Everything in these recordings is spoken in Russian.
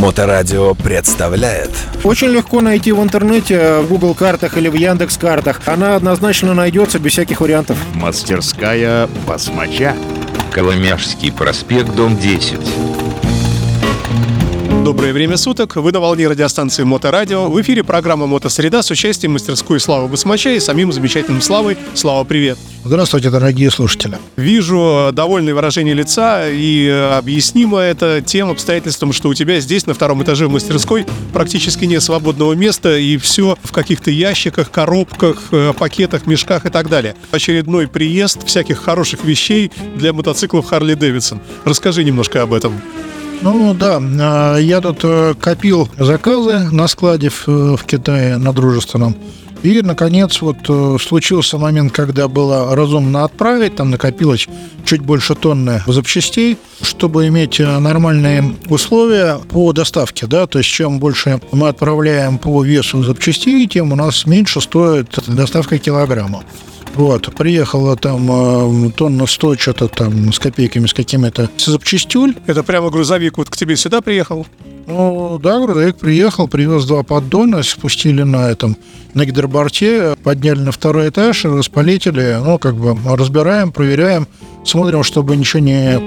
Моторадио представляет. Очень легко найти в интернете, в Google картах или в Яндекс картах. Она однозначно найдется без всяких вариантов. Мастерская басмача. Коломяжский проспект, дом 10. Доброе время суток. Вы на волне радиостанции Моторадио. В эфире программа «Мотосреда» с участием мастерской Славы Басмача и самим замечательным Славой. Слава, привет. Здравствуйте, дорогие слушатели. Вижу довольное выражение лица, и объяснимо это тем обстоятельством, что у тебя здесь, на втором этаже в мастерской, практически нет свободного места, и все в каких-то ящиках, коробках, пакетах, мешках и так далее. Очередной приезд всяких хороших вещей для мотоциклов Harley Davidson. Расскажи немножко об этом. Ну да, я тут копил заказы на складе в Китае, на дружественном. И, наконец, случился момент, когда было разумно отправить. Там накопилось чуть больше тонны запчастей, чтобы иметь нормальные условия по доставке. Да? То есть, чем больше мы отправляем по весу запчастей, тем у нас меньше стоит доставка килограмма. Приехало там тонна 100, что-то там с копейками, с какими-то запчастюль. Это прямо грузовик к тебе сюда приехал? Ну, да, грузовик приехал, привез 2 поддона, спустили на гидроборте, подняли на 2-й этаж, распалители, разбираем, проверяем, смотрим, чтобы ничего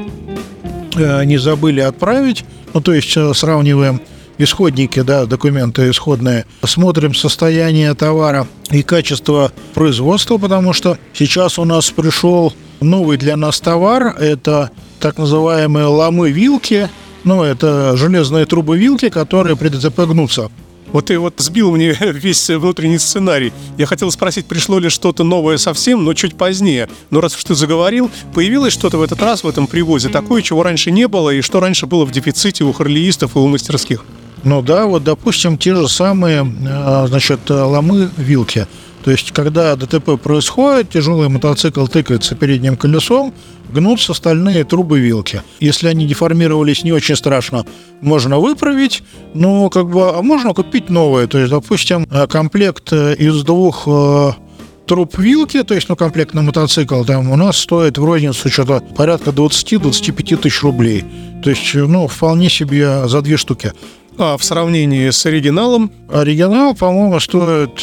не забыли отправить. То есть сравниваем исходники, да, документы исходные, смотрим состояние товара и качество производства, потому что сейчас у нас пришел новый для нас товар, это так называемые ломы-вилки, это железные трубы-вилки, которые при ДТП гнутся. Ты сбил мне весь внутренний сценарий. Я хотел спросить, пришло ли что-то новое совсем, но чуть позднее. Но раз уж ты заговорил, появилось что-то в этот раз в этом привозе такое, чего раньше не было, и что раньше было в дефиците у харлеистов и у мастерских? Допустим, те же самые, ломы-вилки. То есть, когда ДТП происходит, тяжелый мотоцикл тыкается передним колесом, гнутся стальные трубы-вилки. Если они деформировались, не очень страшно, можно выправить, а можно купить новые. То есть, допустим, комплект из 2 труб вилки, то есть, комплект на мотоцикл, там у нас стоит в розницу что-то порядка 20-25 тысяч рублей. То есть, вполне себе за 2 штуки. А в сравнении с оригиналом? Оригинал, по-моему, стоит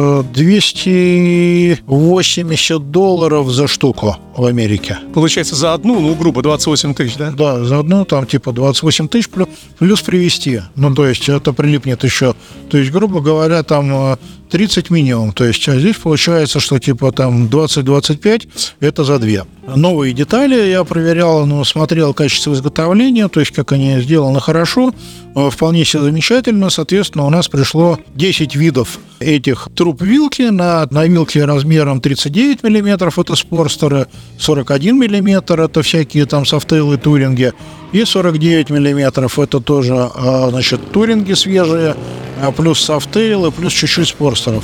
$280 за штуку в Америке. Получается, за одну, грубо, 28 тысяч, да? Да, за одну там 28 тысяч плюс привезти. То есть это прилипнет еще. То есть, грубо говоря, там 30 минимум. То есть, а здесь получается, что там 20-25 это за 2. Новые детали я проверял, смотрел качество изготовления, то есть, как они сделаны хорошо, вполне все замечательно. Соответственно, у нас пришло 10 видов этих труб вилки на вилке размером 39 мм, это спорстеры, 41 мм, это всякие там софтейлы, туринги, и 49 мм, это тоже, туринги свежие, плюс софтейлы, плюс чуть-чуть спорстеров.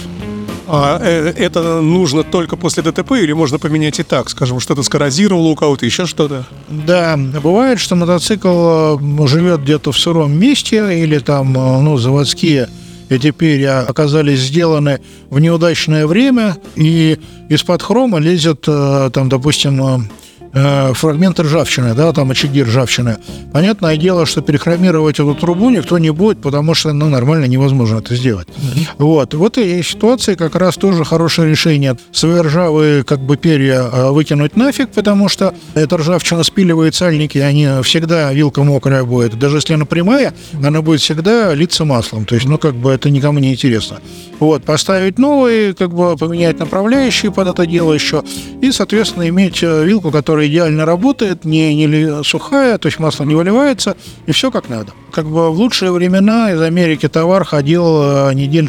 А это нужно только после ДТП или можно поменять и так? Скажем, что-то скоррозировало у кого-то, еще что-то? Да, бывает, что мотоцикл живет где-то в сыром месте или там, заводские эти перья оказались сделаны в неудачное время, и из-под хрома лезет, допустим, фрагменты ржавчины, очаги ржавчины. Понятное дело, что перехромировать эту трубу никто не будет, потому что нормально невозможно это сделать. Вот и ситуации как раз тоже хорошее решение. Свои ржавые перья выкинуть нафиг, потому что эта ржавчина спиливает сальники, вилка мокрая будет. Даже если она прямая, она будет всегда литься маслом. То есть, это никому не интересно. Поставить новые, поменять направляющие под это дело еще, и, соответственно, иметь вилку, которая идеально работает, не сухая, то есть масло не выливается, и все как надо. В лучшие времена из Америки товар ходил недель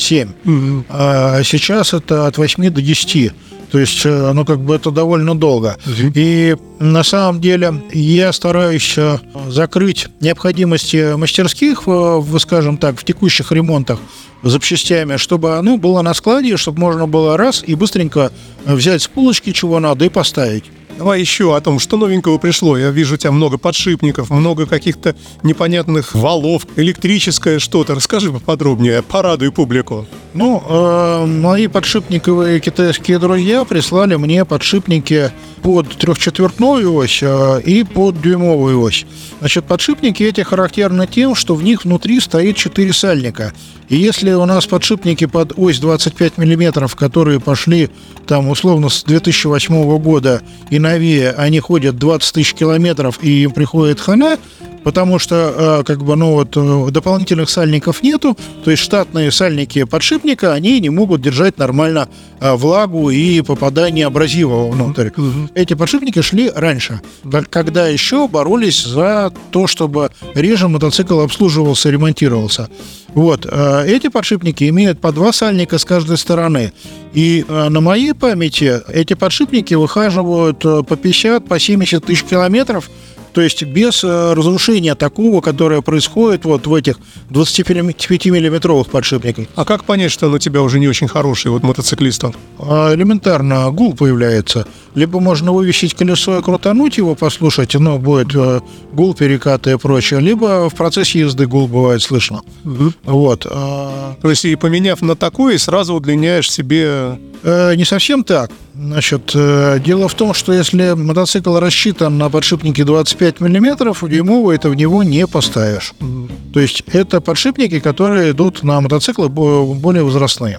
6-7, а сейчас это от 8 до 10. То есть, это довольно долго. И на самом деле я стараюсь закрыть необходимости мастерских, скажем так, в текущих ремонтах запчастями, чтобы оно было на складе, чтобы можно было раз и быстренько взять с полочки, чего надо, и поставить. Давай еще о том, что новенького пришло. Я вижу у тебя много подшипников, много каких-то непонятных валов, электрическое что-то. Расскажи поподробнее, порадуй публику. Мои подшипниковые китайские друзья прислали мне подшипники под 3/4 ось и под дюймовую ось. Значит, подшипники эти характерны тем, что в них внутри стоит 4 сальника. И если у нас подшипники под ось 25 мм, которые пошли там условно с 2008 года и новее, они ходят 20 тысяч километров и им приходит хана, потому что дополнительных сальников нету, то есть штатные сальники подшипника, они не могут держать нормально влагу и попадание абразива внутрь. Эти подшипники шли раньше, когда еще боролись за то, чтобы реже мотоцикл обслуживался и ремонтировался. Эти подшипники имеют по 2 сальника с каждой стороны. И на моей памяти эти подшипники выхаживают по 50, по 70 тысяч километров, то есть без разрушения такого, которое происходит в этих 25-миллиметровых подшипниках. А как понять, что он у тебя уже не очень хороший, мотоциклист? Элементарно, гул появляется. Либо можно вывесить колесо и крутануть его, послушать, будет гул, перекаты и прочее, либо в процессе езды гул бывает слышно. То есть, и поменяв на такой, сразу удлиняешь себе... Не совсем так. Значит, дело в том, что если мотоцикл рассчитан на подшипники 25 мм, дюймовый это в него не поставишь. То есть это подшипники, которые идут на мотоциклы более возрастные.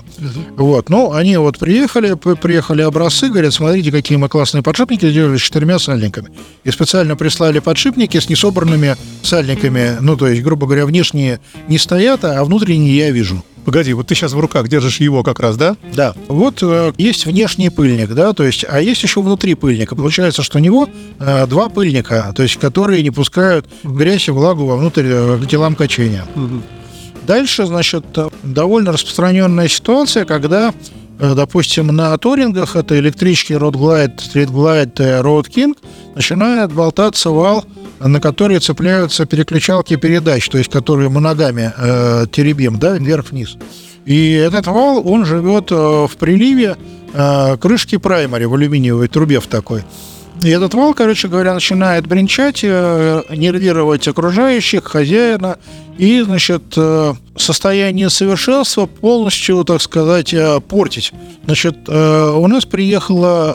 Они приехали образцы, говорят, смотрите, какие мы классные подшипники сделали с 4 сальниками. И специально прислали подшипники с несобранными сальниками, то есть, грубо говоря, внешние не стоят, а внутренние я вижу. Погоди, ты сейчас в руках держишь его как раз, да? Да. Есть внешний пыльник, да, то есть, а есть еще внутри пыльника. Получается, что у него 2 пыльника, то есть, которые не пускают грязь и влагу вовнутрь к делам качения. Дальше, значит, довольно распространенная ситуация, когда, допустим, на турингах, это электрички Road Glide, Street Glide, Road King, начинает болтаться вал, на которые цепляются переключалки передач, то есть которые мы ногами теребим, да, вверх-вниз. И этот вал, он живет в приливе крышки праймари в алюминиевой трубе в такой. И этот вал, начинает бренчать, нервировать окружающих, хозяина, и, значит, состояние совершенства полностью, так сказать, портить. Значит, у нас приехало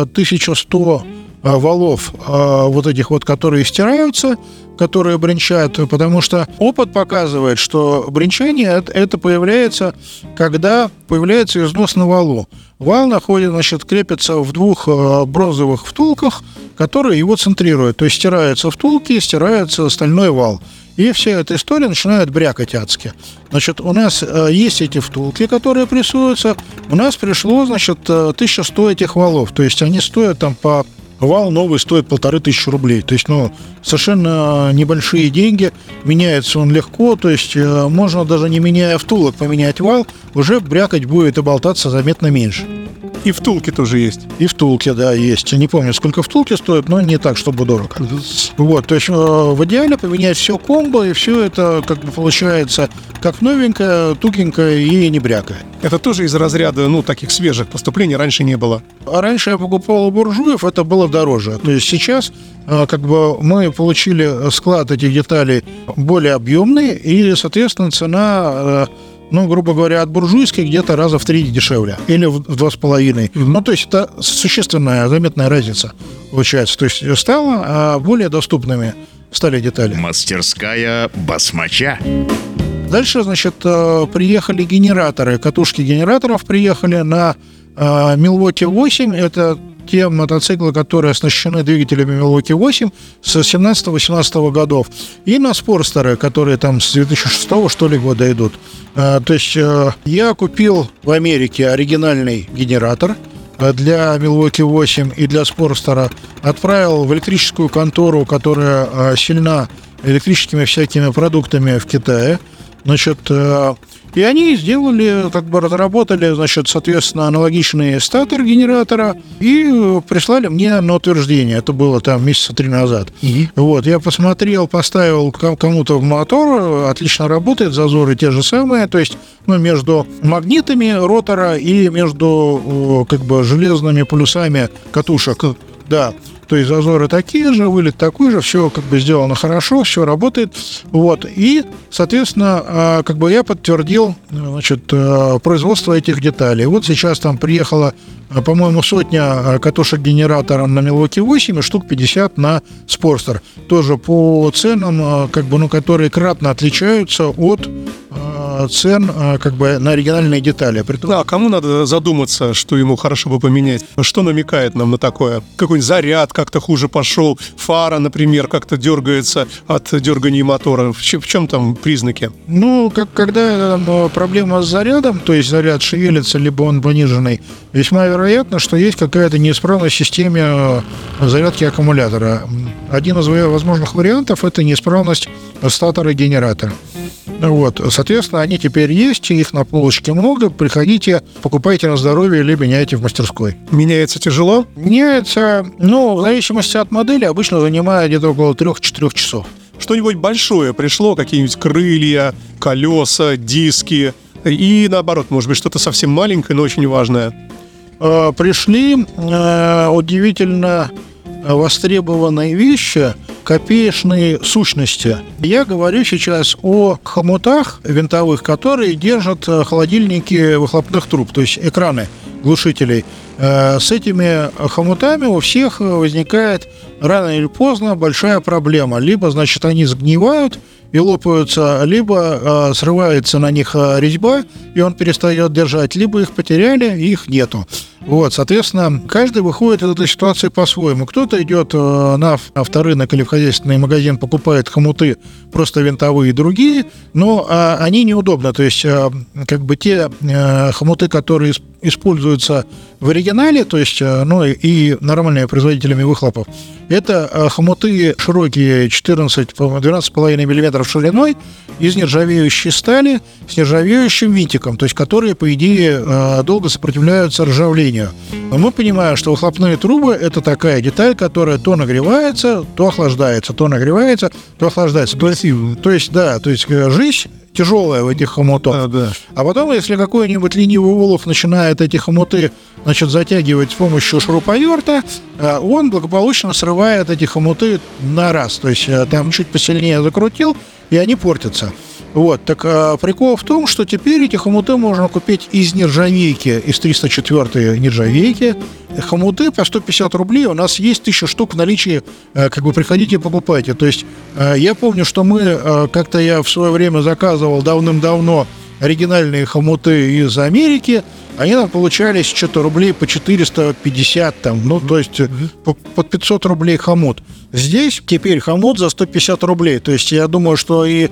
1100 валов этих которые стираются, которые бренчат, потому что опыт показывает, что бренчание это появляется, когда появляется износ на валу. Вал крепится в 2 бронзовых втулках, которые его центрируют. То есть стирается втулки, стирается остальной вал. И вся эта история начинает брякать адски. Значит, у нас есть эти втулки, которые прессуются. У нас пришло, 1100 этих валов. То есть они стоят вал новый стоит 1500 рублей. То есть, совершенно небольшие деньги. Меняется он легко. То есть, можно даже не меняя втулок поменять вал, уже брякать будет и болтаться заметно меньше. И втулки тоже есть? И втулки, да, есть. Не помню, сколько втулки стоят, но не так, чтобы дорого. То есть, в идеале поменять все комбо, и все это получается как новенькое, тугенькое и не брякая. Это тоже из разряда, таких свежих поступлений раньше не было? А раньше я покупал у буржуев, это было дороже. То есть сейчас мы получили склад этих деталей более объемный, и, соответственно, цена, грубо говоря, от буржуйской где-то раза в 3 дешевле. Или в 2,5. То есть это существенная, заметная разница получается. То есть стало более доступными стали детали. Мастерская басмача. Дальше, приехали генераторы. Катушки генераторов приехали на Milwaukee 8. Это те мотоциклы, которые оснащены двигателями Milwaukee 8 с 17-18 годов. И на спорстеры, которые там с 2006 что ли года идут. То есть я купил в Америке оригинальный генератор для Milwaukee 8 и для спорстера. Отправил в электрическую контору, которая сильна электрическими всякими продуктами в Китае. И они сделали, разработали, соответственно, аналогичный статор генератора и прислали мне на утверждение. Это было месяца 3 назад. Я посмотрел, поставил кому-то в мотор, отлично работает, зазоры те же самые, то есть, между магнитами ротора и между, железными полюсами катушек. Да. То есть зазоры такие же, вылет такой же, все как бы сделано хорошо, все работает. Вот. И, соответственно, как бы я подтвердил, значит, производство этих деталей. Вот сейчас там приехала, по-моему, 100 катушек генератора на Milwaukee 8 и штук 50 на Sportster. Тоже по ценам, как бы, ну, которые кратно отличаются от цен как бы на оригинальные детали. Да, кому надо задуматься, что ему хорошо бы поменять? Что намекает нам на такое? Какой-нибудь заряд как-то хуже пошел, фара, например, как-то дергается от дергания мотора. В чем там признаки? Ну, когда проблема с зарядом, то есть заряд шевелится, либо он пониженный, весьма вероятно, что есть какая-то неисправность в системе зарядки аккумулятора. Один из возможных вариантов – это неисправность статора генератора. Вот, соответственно, они теперь есть, их на полочке много. Приходите, покупайте на здоровье или меняйте в мастерской. Меняется тяжело? Меняется, ну, в зависимости от модели, обычно занимает где-то около 3-4 часов. Что-нибудь большое пришло, какие-нибудь крылья, колеса, диски и, наоборот, может быть, что-то совсем маленькое, но очень важное? Пришли удивительно востребованные вещи, копеечные сущности. Я говорю сейчас о хомутах винтовых, которые держат холодильники выхлопных труб, то есть экраны глушителей. С этими хомутами у всех возникает рано или поздно большая проблема. Либо, значит, они сгнивают и лопаются, либо срывается на них резьба, и он перестает держать, либо их потеряли, и их нету. Вот, соответственно, каждый выходит из этой ситуации по-своему. Кто-то идет на вторрынок или в хозяйственный магазин, покупает хомуты просто винтовые и другие, но они неудобны. То есть, как бы те хомуты, которые используются в оригинале, то есть, ну и нормальными производителями выхлопов, это хомуты широкие 12,5 мм шириной из нержавеющей стали с нержавеющим винтиком, то есть которые, по идее, долго сопротивляются ржавлению. Но мы понимаем, что выхлопные трубы – это такая деталь, которая то нагревается, то охлаждается, то нагревается, то охлаждается. То есть, да, то есть жизнь тяжелая в этих хомутах. Да. А потом, если какой-нибудь ленивый олух начинает эти хомуты, значит, затягивать с помощью шуруповерта, он благополучно срывает эти хомуты на раз. То есть там чуть посильнее закрутил, и они портятся. Вот, так прикол в том, что теперь эти хомуты можно купить из нержавейки, из 304-й нержавейки. Хомуты по 150 рублей, у нас есть 1000 штук в наличии, как бы приходите и покупайте. То есть я помню, что мы, как-то я в свое время заказывал давным-давно оригинальные хомуты из Америки, они нам получались что-то рублей по 450 там, ну, то есть под 500 рублей хомут. Здесь теперь хомут за 150 рублей, то есть я думаю, что и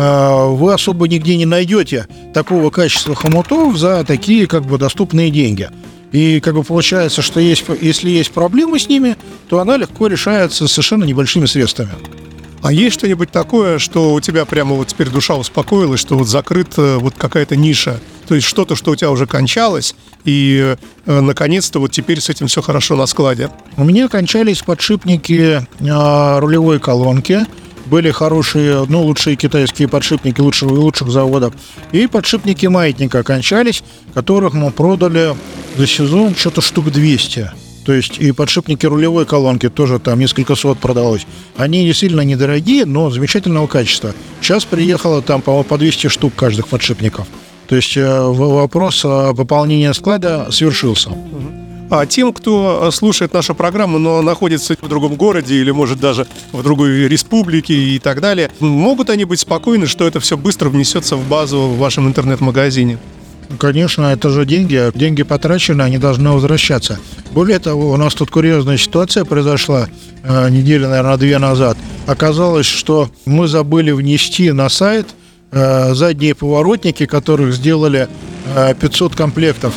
вы особо нигде не найдете такого качества хомутов за такие как бы доступные деньги. И как бы получается, что если есть проблемы с ними, то она легко решается совершенно небольшими средствами. А есть что-нибудь такое, что у тебя прямо вот теперь душа успокоилась, что вот закрыта вот какая-то ниша, то есть что-то, что у тебя уже кончалось, и наконец-то вот теперь с этим все хорошо на складе? У меня кончались подшипники рулевой колонки. Были хорошие, ну, лучшие китайские подшипники лучших заводов. И подшипники маятника кончались, которых мы продали за сезон что-то штук 200. То есть и подшипники рулевой колонки тоже там несколько сот продалось. Они не сильно недорогие, но замечательного качества. Сейчас приехало там, по-моему, по 200 штук каждых подшипников. То есть вопрос пополнения склада свершился. А тем, кто слушает нашу программу, но находится в другом городе или, может, даже в другой республике и так далее, могут они быть спокойны, что это все быстро внесется в базу в вашем интернет-магазине? Конечно, это же деньги. Деньги потрачены, они должны возвращаться. Более того, у нас тут курьезная ситуация произошла недели, наверное, 2 назад. Оказалось, что мы забыли внести на сайт задние поворотники, которых сделали 500 комплектов.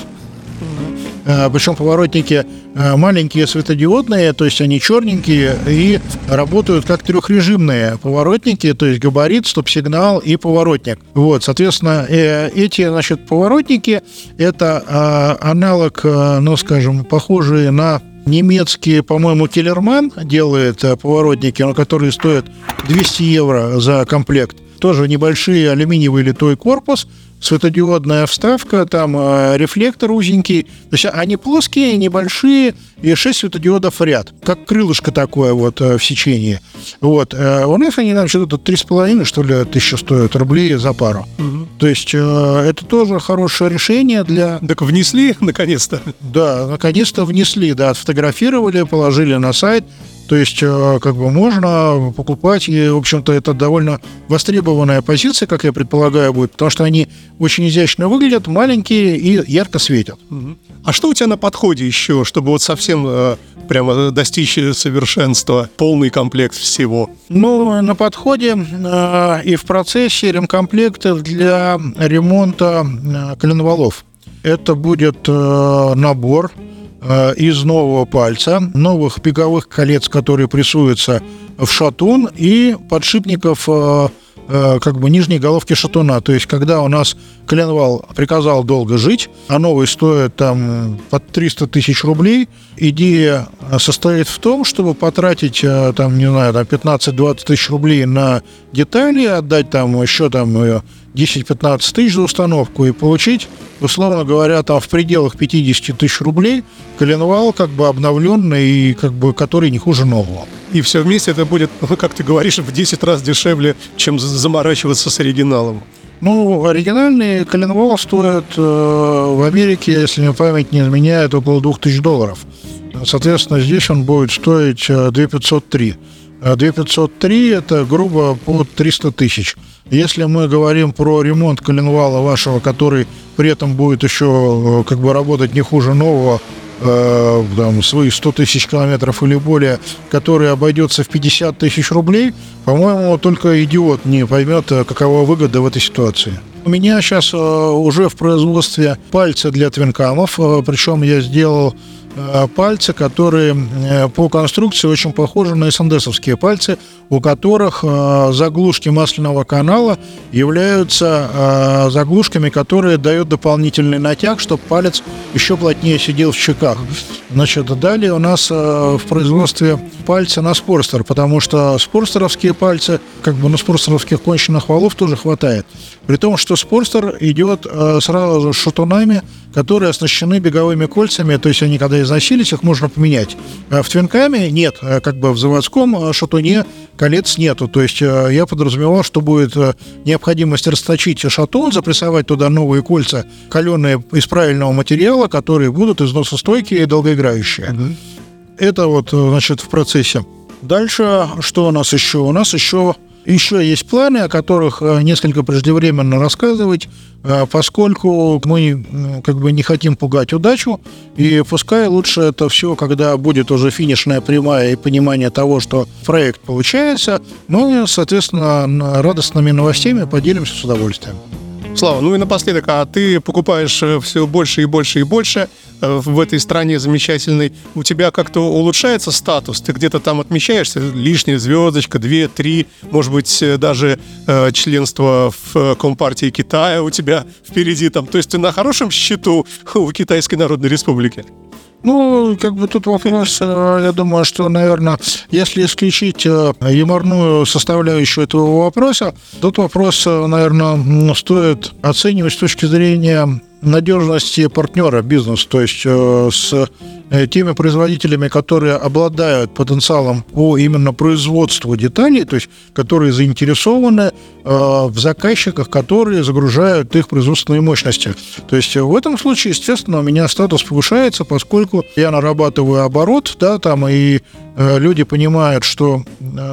Причем поворотники маленькие, светодиодные, то есть они черненькие и работают как трехрежимные поворотники, то есть габарит, стоп-сигнал и поворотник. Вот, соответственно, эти, значит, поворотники – это аналог, ну, скажем, похожие на немецкие, по-моему, Келлерман делает поворотники, но которые стоят 200 евро за комплект. Тоже небольшие алюминиевый литой корпус светодиодная вставка, там рефлектор узенький. То есть они плоские, небольшие, и 6 светодиодов в ряд. Как крылышко такое вот в сечении. Вот. У нас они там что-то 3,5, что ли, тысячи стоят рублей за пару. То есть это тоже хорошее решение для... Так внесли, наконец-то? Да, наконец-то внесли, да, отфотографировали, положили на сайт. То есть, как бы можно покупать, и, в общем-то, это довольно востребованная позиция, как я предполагаю, будет, потому что они очень изящно выглядят, маленькие и ярко светят. А что у тебя на подходе еще, чтобы вот совсем прямо достичь совершенства, полный комплект всего? Ну, на подходе и в процессе ремкомплектов для ремонта коленвалов. Это будет набор из нового пальца, новых беговых колец, которые прессуются в шатун, и подшипников как бы нижней головки шатуна. То есть, когда у нас коленвал приказал долго жить, а новый стоит там под 300 тысяч рублей, идея состоит в том, чтобы потратить там, не знаю, там 15-20 тысяч рублей на детали, отдать там еще там 10-15 тысяч за установку и получить, условно говоря, там в пределах 50 тысяч рублей коленвал как бы обновленный и как бы который не хуже нового. И все вместе это будет, как ты говоришь, в 10 раз дешевле, чем заморачиваться с оригиналом. Ну, оригинальный коленвал стоит в Америке, если мне память не изменяет, около $2000. Соответственно, здесь он будет стоить 2503. 2503 – это грубо по 300 тысяч. Если мы говорим про ремонт коленвала вашего, который при этом будет еще как бы работать не хуже нового, там, свои 100 тысяч километров или более, который обойдется в 50 тысяч рублей, по-моему, только идиот не поймет, какова выгода в этой ситуации. У меня сейчас уже в производстве пальцы для твинкамов, причем я сделал пальцы, которые по конструкции очень похожи на СНДСовские пальцы, у которых заглушки масляного канала являются заглушками, которые дают дополнительный натяг, чтобы палец еще плотнее сидел в щеках. Значит, далее у нас в производстве пальцы на спорстер, потому что спорстеровские пальцы, как бы на спорстеровских конченных валов тоже хватает. При том, что спорстер идет сразу же с шатунами, которые оснащены беговыми кольцами, то есть они, когда износились, их можно поменять. В твинкаме нет, как бы в заводском шатуне колец нету, то есть я подразумевал, что будет необходимость расточить шатун, запрессовать туда новые кольца, каленые из правильного материала, которые будут износостойкие и долгоиграющие. Это вот, значит, в процессе. Дальше, что у нас еще? У нас еще есть планы, о которых несколько преждевременно рассказывать, поскольку мы как бы не хотим пугать удачу, и пускай лучше это все, когда будет уже финишная прямая и понимание того, что проект получается, мы, соответственно, радостными новостями поделимся с удовольствием. Слава, ну и напоследок, а ты покупаешь все больше и больше и больше в этой стране замечательной. У тебя как-то улучшается статус? Ты где-то там отмечаешься? Лишняя звездочка, 2, 3, может быть, даже членство в Компартии Китая у тебя впереди там. То есть ты на хорошем счету у Китайской Народной Республики? Ну, как бы тут вопрос, я думаю, что, наверное, если исключить юморную составляющую этого вопроса, тут вопрос, наверное, стоит оценивать с точки зрения надежности партнера бизнеса, то есть с теми производителями, которые обладают потенциалом по именно производству деталей, то есть которые заинтересованы в заказчиках, которые загружают их производственные мощности. То есть в этом случае, естественно, у меня статус повышается, поскольку я нарабатываю оборот, да, там, и люди понимают, что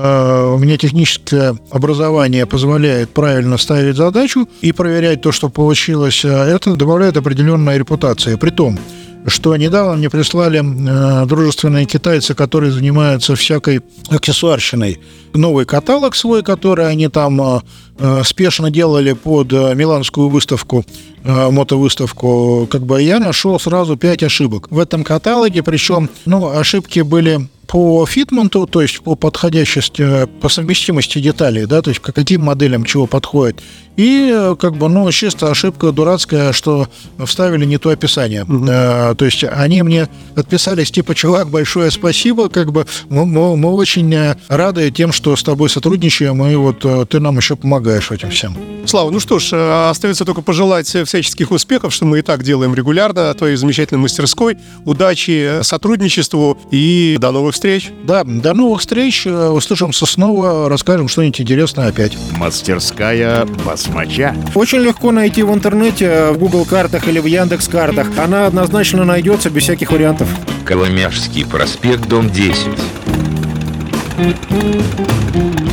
у меня техническое образование позволяет правильно ставить задачу и проверять то, что получилось. Это добавляет определенная репутация. Притом, что недавно мне прислали дружественные китайцы, которые занимаются всякой аксессуарщиной, новый каталог свой, который они там спешно делали под миланскую выставку, мотовыставку. Как бы я нашел сразу 5 ошибок в этом каталоге, причем ошибки были по фитменту, то есть по подходящести, по совместимости деталей, да, то есть к каким моделям чего подходит. И чисто ошибка дурацкая, что вставили не то описание. То есть они мне отписались типа: чувак, большое спасибо, мы очень рады тем, что с тобой сотрудничаем, и вот ты нам еще помогаешь в этом всем. Слава, ну что ж, остается только пожелать всяческих успехов, что мы и так делаем регулярно, твоей замечательной мастерской. Удачи, сотрудничеству и до новых встреч. Да, до новых встреч. Услышимся снова, расскажем что-нибудь интересное опять. Мастерская басмача. Очень легко найти в интернете, в Google картах или в Яндекс картах. Она однозначно найдется без всяких вариантов. Коломяжский проспект, дом 10.